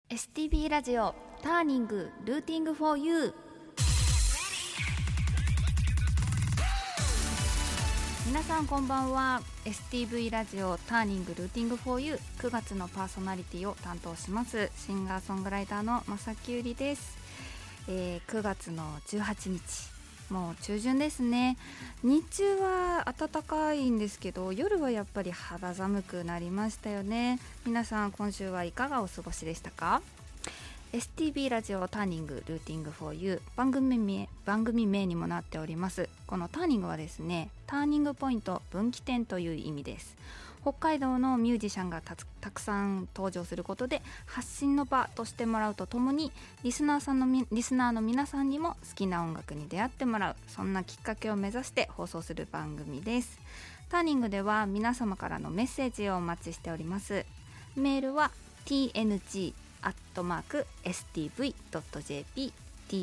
STB ラジオターニングルーティングフォーユー。皆さんこんばんは。 STV ラジオターニングルーティングフォーユー9月のパーソナリティを担当しますシンガーソングライターのまさきゆりです。9月の18日、もう中旬ですね。日中は暖かいんですけど、夜はやっぱり肌寒くなりましたよね。皆さん今週はいかがお過ごしでしたか？ STB ラジオターニングルーティングフォーユー、番組名にもなっております。このターニングはですね、ターニングポイント、分岐点という意味です。北海道のミュージシャンがたくさん登場することで発信の場としてもらうとともに、リスナーの皆さんにも好きな音楽に出会ってもらう、そんなきっかけを目指して放送する番組です。ターニングでは皆様からのメッセージをお待ちしております。メールは tng@stv.jp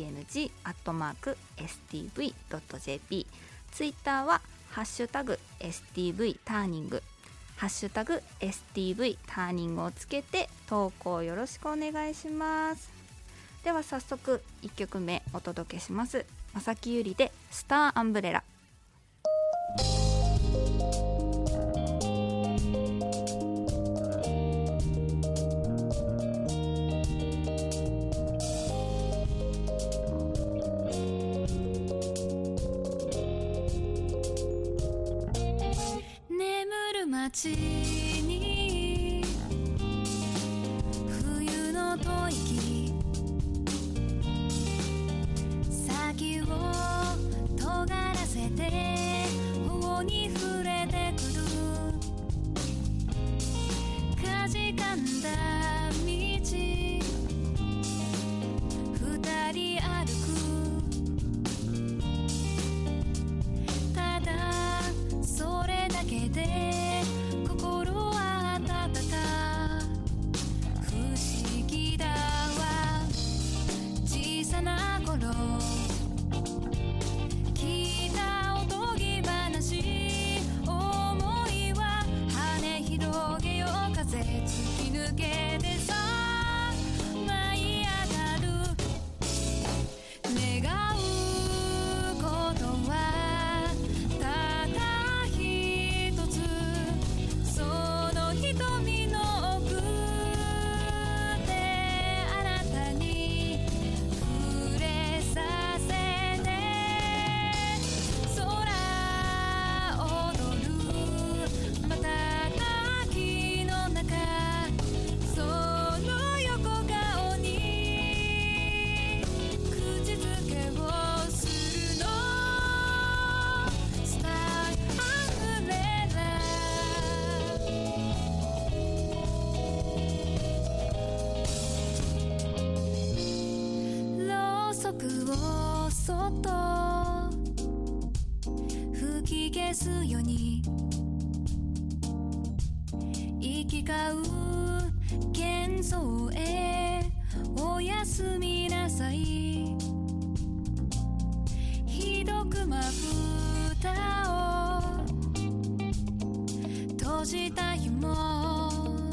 tng@stv.jp、 ツイッターはハッシュタグ STV ターニング、ハッシュタグ STV ターニングをつけて投稿よろしくお願いします。では早速1曲目お届けします。まさきゆりでスターアンブレラ。 街に冬の吐息、先を尖らせて頬に触れてくる、かじかんだ道二人歩く、ただそれだけでそっと吹き消すように行き交う喧騒へおやすみなさい、ひどくまぶたを閉じた日も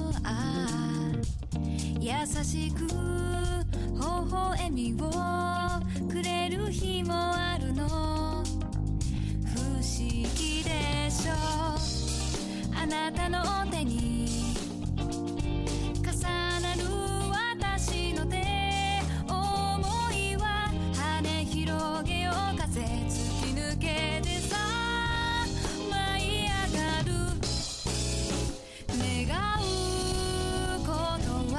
優しく微笑みをくれる日もあるの、不思議でしょう。あなたの手に重なる私の手、思いは羽広げよう、風突き抜けてさ舞い上がる、願うことは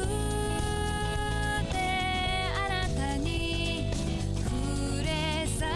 瞳の奥であなたに触れさ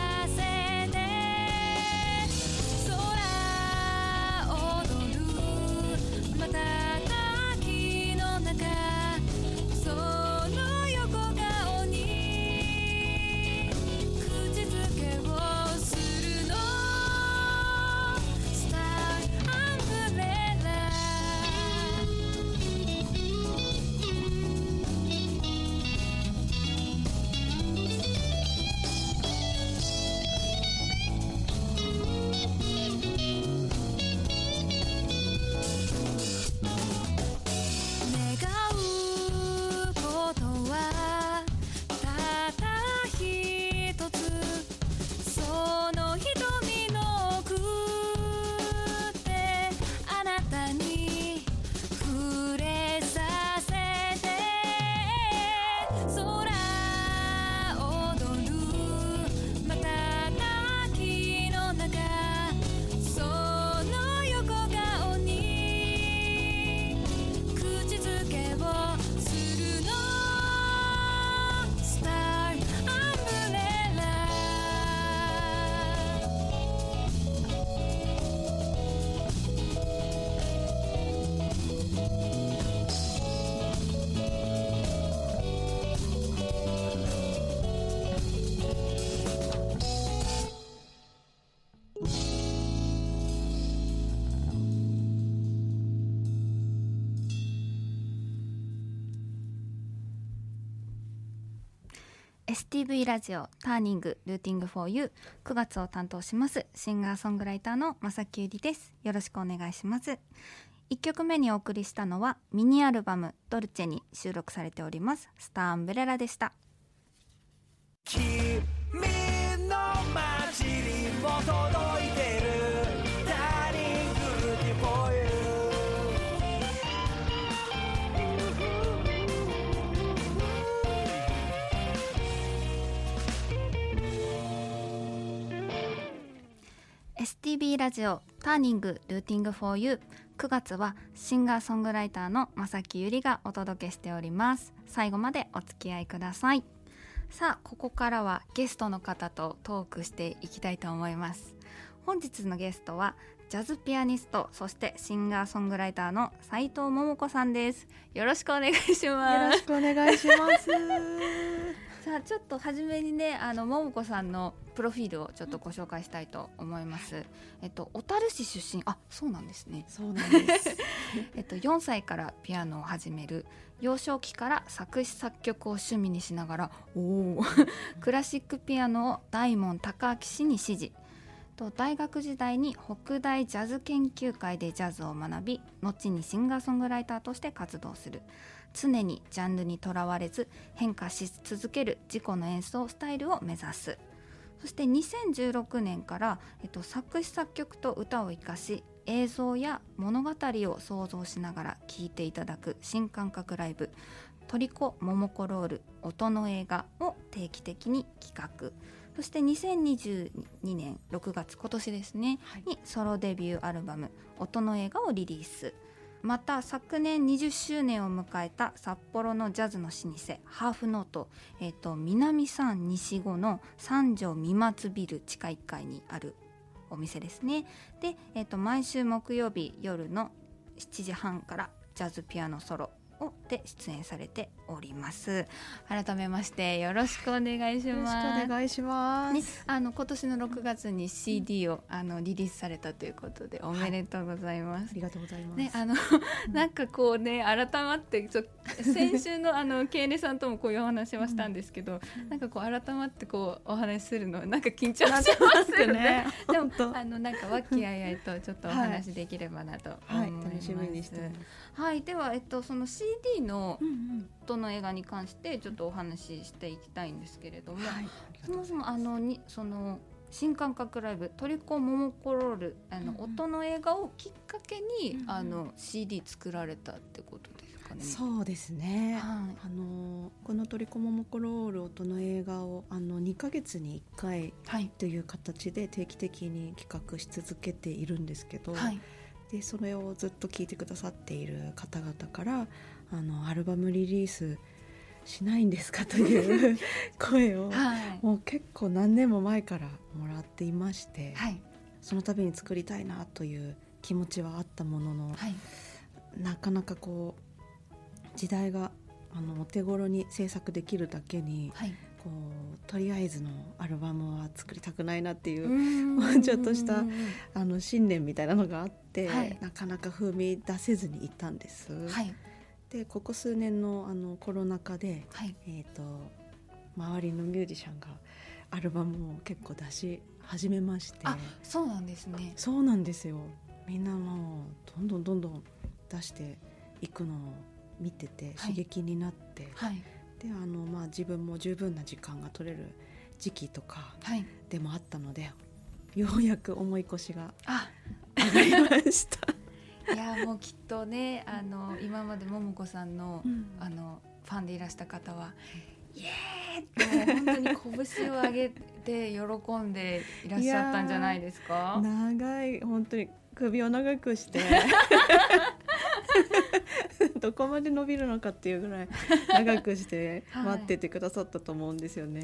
STV ラジオターニングルーティングフォーユー9月を担当しますシンガーソングライターの正木ゆりです。よろしくお願いします。1曲目にお送りしたのはミニアルバムドルチェに収録されておりますスターアンブレラでした。 君の街にも届いてるターニングルーティングフォーユー STV ラジオターニングルーティングフォーユー9月はシンガーソングライターの正木ゆりがお届けしております。最後までお付き合いください。さあここからはゲストの方とトークしていきたいと思います。本日のゲストはジャズピアニストそしてシンガーソングライターの斉藤桃子さんです。よろしくお願いします。 よろしくお願いしますさあちょっと初めにね桃子さんのプロフィールをちょっとご紹介したいと思います。小樽市出身。あ、そうなんですね。 そうなんです 4歳からピアノを始める。幼少期から作詞作曲を趣味にしながらクラシックピアノを大門高明氏に師事と、大学時代に北大ジャズ研究会でジャズを学び、後にシンガーソングライターとして活動する。常にジャンルにとらわれず変化し続ける自己の演奏スタイルを目指す。そして2016年から、作詞作曲と歌を生かし映像や物語を想像しながら聴いていただく新感覚ライブトリコモモコロール音の映画を定期的に企画。そして2022年6月今年ですね、にソロデビューアルバム音の映画をリリース。また昨年20周年を迎えた札幌のジャズの老舗ハーフノート、南三西5の三条三松ビル地下1階にあるお店ですね。で、毎週木曜日夜の7時半からジャズピアノソロで出演されております。改めましてよろしくお願いします。 よろしくお願いします、 ね、今年の6月に CD をリリースされたということでおめでとうございます、 ありがとうございます、 ね、なんかこうね改まって先週のケイネさんともこういうお話はしたんですけど、なんかこう改まってこうお話しするのなんか緊張しますよねでもなんか和気あいあいとちょっとお話できればなと思います、 楽しみにしてます。 はい、では、その CD の音の映画に関してちょっとお話ししていきたいんですけれども、そもそもその新感覚ライブトリコモモコロール音の映画をきっかけに、CD 作られたってことですかね。 そうですね、 はい、 このトリコモモコロール音の映画を2ヶ月に1回という形で定期的に企画し続けているんですけど、はい、でそれをずっと聞いてくださっている方々からアルバムリリースしないんですかという声を、もう結構何年も前からもらっていまして、その度に作りたいなという気持ちはあったものの、なかなかこう時代がお手頃に制作できるだけに、こうとりあえずのアルバムは作りたくないなっていうちょっとした信念みたいなのがあって、なかなか踏み出せずにいたんです、でここ数年のコロナ禍で、周りのミュージシャンがアルバムを結構出し始めまして。 あ、そうなんですね。 そうなんですよ。みんなもうどんどん出していくのを見てて刺激になって、で自分も十分な時間が取れる時期とかでもあったので、ようやく重い腰が上がりましたいやもうきっとね今まで桃子さんの、ファンでいらした方はイエーイって本当に拳を上げて喜んでいらっしゃったんじゃないですか。 長い本当に首を長くしてどこまで伸びるのかっていうぐらい長くして待っててくださったと思うんですよね。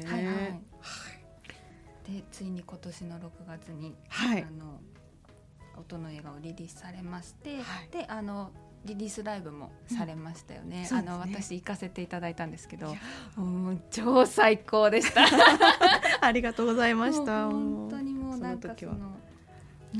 でついに今年の6月に、音の映画をリリースされまして、でリリースライブもされましたよね。私行かせていただいたんですけど、もう超最高でしたありがとうございました。 本当にもうなんか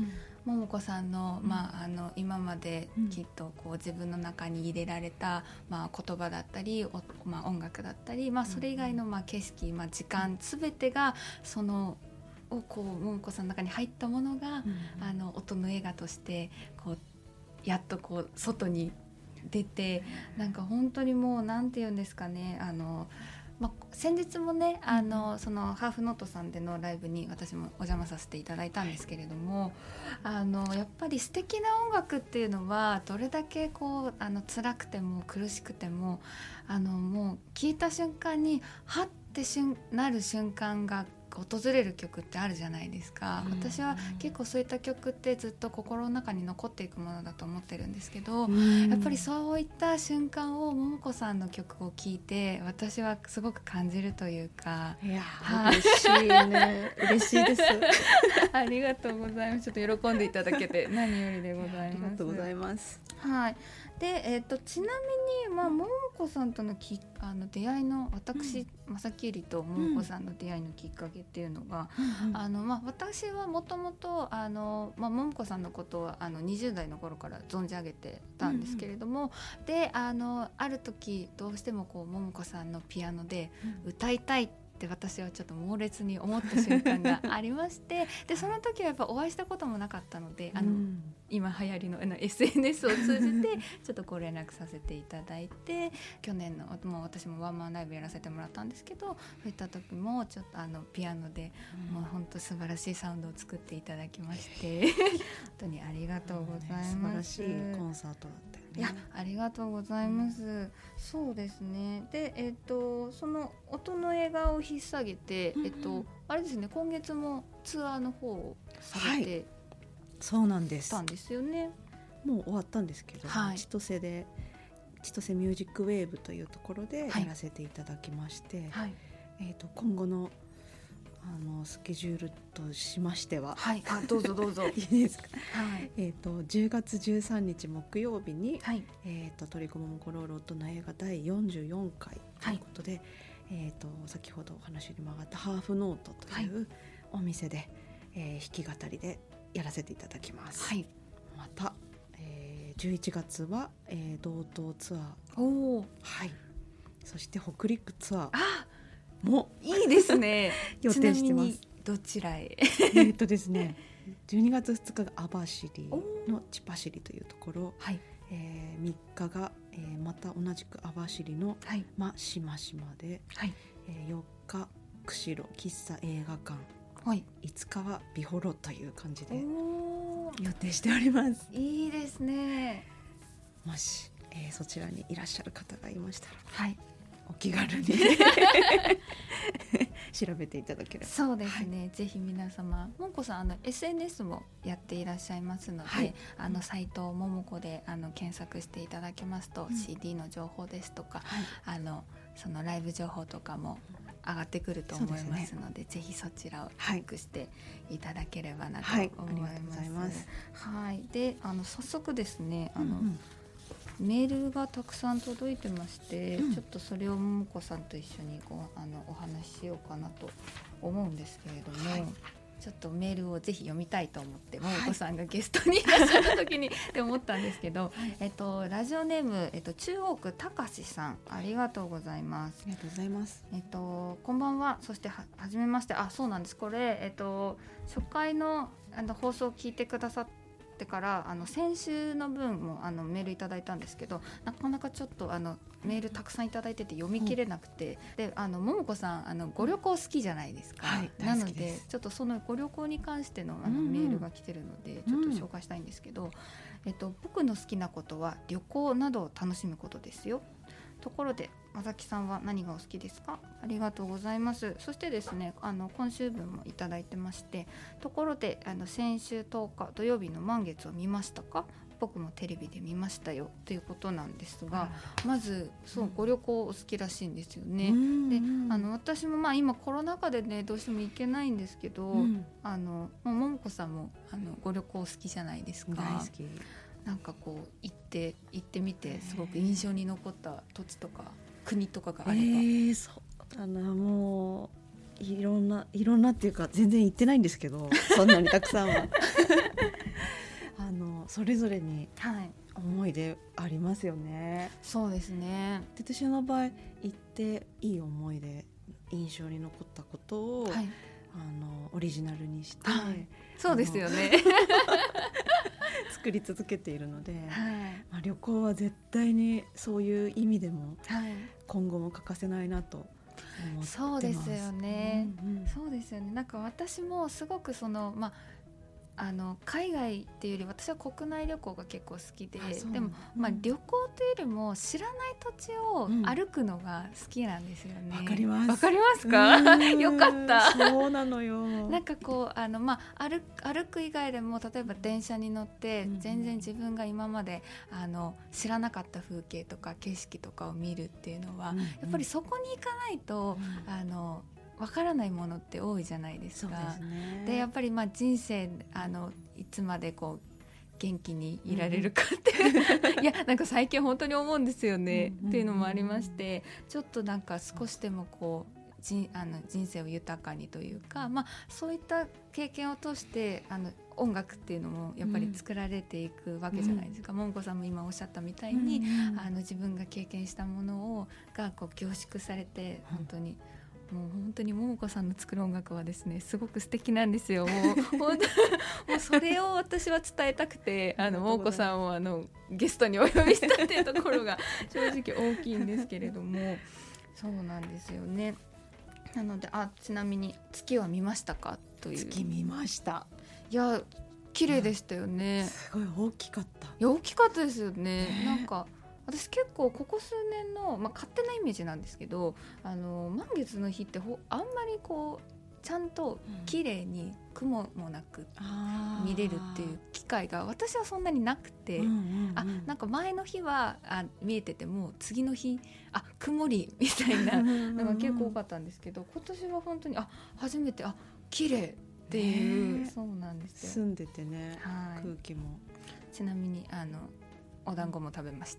桃子さんの、今まできっとこう自分の中に入れられた、言葉だったり音楽だったり、それ以外の景色、時間すべてがそのをこう桃子さんの中に入ったものが、音の映画としてこうやっとこう外に出て、なんか本当にもうなんて言うんですかね、先日もねそのハーフノートさんでのライブに私もお邪魔させていただいたんですけれども、やっぱり素敵な音楽っていうのはどれだけこう辛くても苦しくてももう聴いた瞬間にはってなる瞬間が訪れる曲ってあるじゃないですか。私は結構そういった曲ってずっと心の中に残っていくものだと思ってるんですけど、やっぱりそういった瞬間を桃子さんの曲を聴いて私はすごく感じるというか、 いや嬉しいね嬉しいですありがとうございます。ちょっと喜んでいただけて何よりでございます。 ありがとうございます。 はい。でちなみに、桃子さんとの出会いの私、正木由里と桃子さんの出会いのきっかけっていうのが、私はもともと桃子さんのことを20代の頃から存じ上げてたんですけれども、である時どうしてもこう桃子さんのピアノで歌いたいって私はちょっと猛烈に思った瞬間がありましてでその時はやっぱお会いしたこともなかったので今流行りのSNS を通じてちょっとご連絡させていただいて去年のもう私もワンマンライブやらせてもらったんですけどそういった時もちょっとピアノでもう本当素晴らしいサウンドを作っていただきまして本当にありがとうございます。 素晴らしいコンサートだったよね。 いやありがとうございます、そうですね。でその音の映画を引っ提げて、あれですね、今月もツアーの方をされて、 そうなんです。 たんですよね。 もう終わったんですけど、千歳ミュージックウェーブというところでやらせていただきまして、今後のスケジュールとしましては、 どうぞどうぞいいですか。10月13日木曜日に、トリコモモコロール音の映画第44回ということで、先ほどお話にも上がったハーフノートというお店で、弾き語りでやらせていただきます。また、11月は、道東ツアー、そして北陸ツアーもいいですね予定してます。 ちなみにどちらへですね、12月2日が網走の千走というところ、3日が、また同じく網走のしましまで、4日釧路喫茶映画館、5日は美幌という感じで予定しております。 いいですね。 もし、そちらにいらっしゃる方がいましたら、お気軽に調べていただければ。 そうですね、ぜひ皆様、ももこさんSNS もやっていらっしゃいますので、サイトももこで検索していただけますと、CD の情報ですとか、そのライブ情報とかも上がってくると思いますので、ぜひそちらをチェックしていただければなと思います。で早速ですね、メールがたくさん届いてまして、ちょっとそれをももこさんと一緒にお話ししようかなと思うんですけれども、ちょっとメールをぜひ読みたいと思って、ももこさんがゲストにいらっしゃる時にって思ったんですけど、ラジオネーム、中央区たかしさん、ありがとうございます。 ありがとうございます。 こんばんは。そしてはじめまして。そうなんです。これ、初回の放送を聞いてくださってから先週の分もメールいただいたんですけど、なかなかちょっとメールたくさんいただいてて読み切れなくて、でももこさんご旅行好きじゃないですか、なのでちょっとそのご旅行に関してのメールが来てるのでちょっと紹介したいんですけど、僕の好きなことは旅行などを楽しむことですよ。ところでまさきさんは何がお好きですか？ありがとうございます。そしてですね、今週分もいただいてまして、ところで先週10日土曜日の満月を見ましたか？僕もテレビで見ましたよということなんですが、まずご旅行お好きらしいんですよね。で私も今コロナ禍でねどうしても行けないんですけど、ももこさんもご旅行好きじゃないですか。 大好き。 なんかこう行ってみてすごく印象に残った土地とか国とかがあれば。 もういろんなっていうか全然行ってないんですけどそんなにたくさんはそれぞれに思い出ありますよね。 そうですね。 で私の場合行っていい思い出印象に残ったことを、オリジナルにして、 そうですよね作り続けているので、旅行は絶対にそういう意味でも今後も欠かせないなと思ってます。 そうですよね、そうですよね。なんか私もすごく海外っていうより私は国内旅行が結構好きで、でも、旅行というよりも知らない土地を歩くのが好きなんですよね。 わかります。 わかりますか？よかった。 そうなのよ。 なんかこう歩く以外でも例えば電車に乗って全然自分が今まで知らなかった風景とか景色とかを見るっていうのは、やっぱりそこに行かないとわからないものって多いじゃないですか。そうですね。でやっぱり人生いつまでこう元気にいられるかっていやなんか最近本当に思うんですよね、っていうのもありまして、ちょっとなんか少しでもこう人生を豊かにというか、そういった経験を通して音楽っていうのもやっぱり作られていくわけじゃないですか。桃子さんも今おっしゃったみたいに、自分が経験したものがこう凝縮されて本当に桃子さんの作る音楽はですねすごく素敵なんですよ。もうそれを私は伝えたくて桃子さんをゲストにお呼びしたっていうところが正直大きいんですけれどもそうなんですよね。なのでちなみに月は見ましたかという。 月見ました。 いや綺麗でしたよね。 すごい大きかった。 いや大きかったですよね。なんか私結構ここ数年の、勝手なイメージなんですけど満月の日ってあんまりこうちゃんと綺麗に雲もなく見れるっていう機会が私はそんなになくて、なんか前の日は見えてても次の日曇りみたいなのが結構多かったんですけど、今年は本当に初めて綺麗っていう、そうなんですよ。 住んでてね、空気も。 ちなみにお団子も食べました。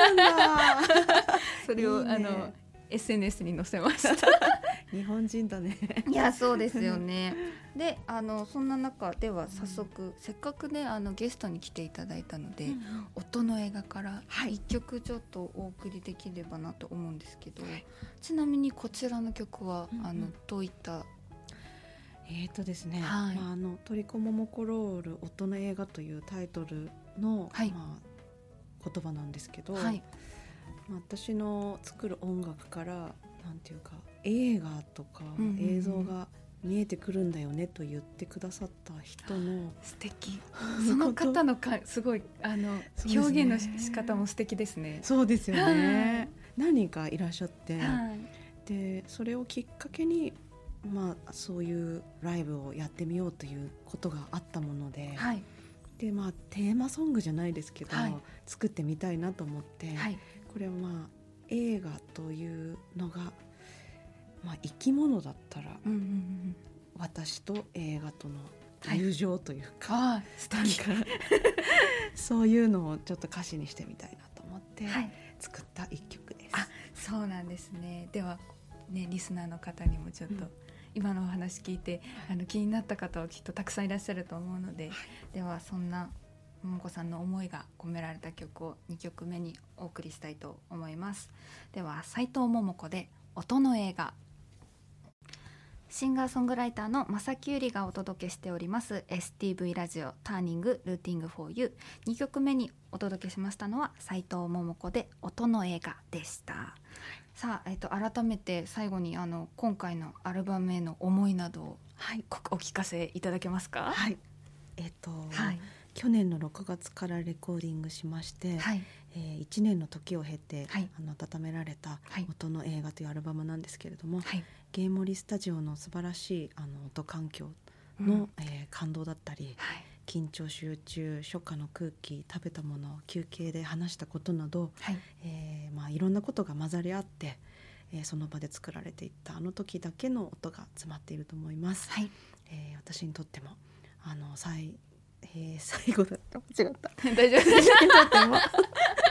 それをいい、ね、SNS に載せました日本人だね。 いやそうですよね。でそんな中では早速、せっかくねゲストに来ていただいたので、音の映画から一曲ちょっとお送りできればなと思うんですけど、ちなみにこちらの曲はどういったですね、トリコモモコロール音の映画というタイトルの、言葉なんですけど、私の作る音楽からなんていうか映画とか映像が見えてくるんだよねと言ってくださった人の素敵その方のすごい表現の仕方も素敵ですね。 そうですよね。何人かいらっしゃって、でそれをきっかけにそういうライブをやってみようということがあったもので、でテーマソングじゃないですけど、作ってみたいなと思って、これは映画というのが、生き物だったら、私と映画との友情というか、 素敵そういうのをちょっと歌詞にしてみたいなと思って作った一曲です。 そうなんですね。ではね、リスナーの方にもちょっと、今のお話聞いて気になった方はきっとたくさんいらっしゃると思うので、ではそんな桃子さんの思いが込められた曲を2曲目にお送りしたいと思います。では斉藤桃子で音の映画。シンガーソングライターの正木由里がお届けしております STV ラジオターニングルーティングフォーユー。2曲目にお届けしましたのは斉藤桃子で音の映画でした。さあ、改めて最後に今回のアルバムへの思いなどを、お聞かせいただけますか？ 去年の6月からレコーディングしまして、1年の時を経て、温められた音の映画というアルバムなんですけれども、ゲーモリスタジオの素晴らしい音環境の、感動だったり、緊張集中初夏の空気食べたもの休憩で話したことなど、いろんなことが混ざり合って、その場で作られていった時だけの音が詰まっていると思います。私にとっても最後だった間違った大丈夫私にとって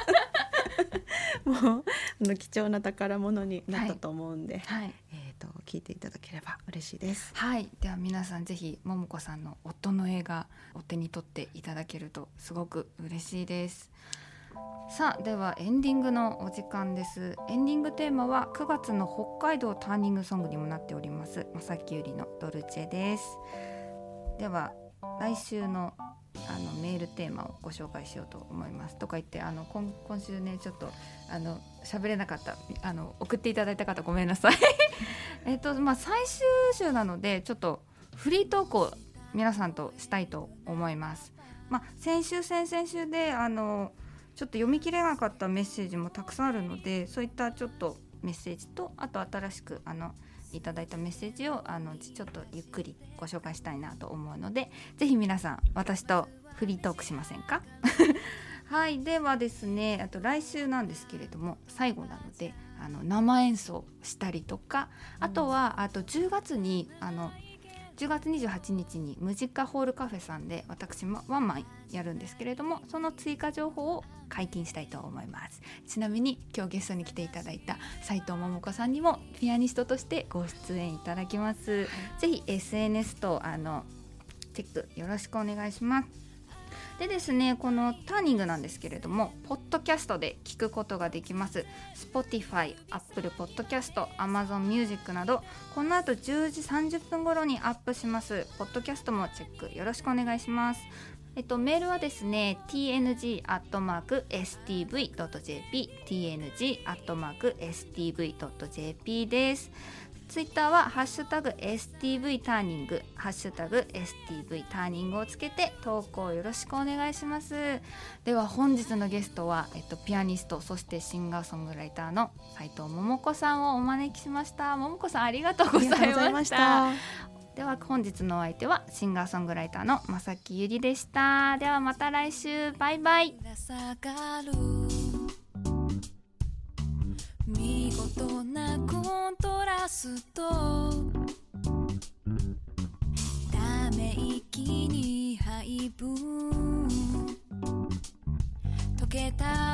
ももう貴重な宝物になったと思うんで、 聞いていただければ嬉しいです。 はい、では皆さんぜひももこさんの音の映画お手に取っていただけるとすごく嬉しいです。さあではエンディングのお時間です。エンディングテーマは9月の北海道ターニングソングにもなっております正木ゆりのドルチェです。では来週のメールテーマをご紹介しようと思いますとか言って今週ねちょっと喋れなかった送っていただいた方ごめんなさい最終週なのでちょっとフリートークを皆さんとしたいと思います。先週先々週でちょっと読み切れなかったメッセージもたくさんあるので、そういったちょっとメッセージとあと新しくいただいたメッセージをちょっとゆっくりご紹介したいなと思うので、ぜひ皆さん私とフリートークしませんかはい、ではですね、あと来週なんですけれども最後なので生演奏したりとか、あと10月に10月28日にムジカホールカフェさんで私ワンマンやるんですけれども、その追加情報を解禁したいと思います。ちなみに今日ゲストに来ていただいた斉藤桃子さんにもピアニストとしてご出演いただきます。ぜひ SNS とチェックよろしくお願いします。でですね、このターニングなんですけれどもポッドキャストで聞くことができます。 Spotify、Apple Podcast、Amazon Music などこの後10時30分頃にアップしますポッドキャストもチェックよろしくお願いします。メールはですね tng@stv.jp tng@stv.jp です。ツイッターはハッシュタグ STV ターニングハッシュタグ STV ターニングをつけて投稿よろしくお願いします。では本日のゲストは、ピアニストそしてシンガーソングライターの斉藤桃子さんをお招きしました。桃子さんありがとうございました。では本日のお相手はシンガーソングライターの正木ゆりでした。ではまた来週、バイバイ。 見事なコントラスト、ため息に配分溶けた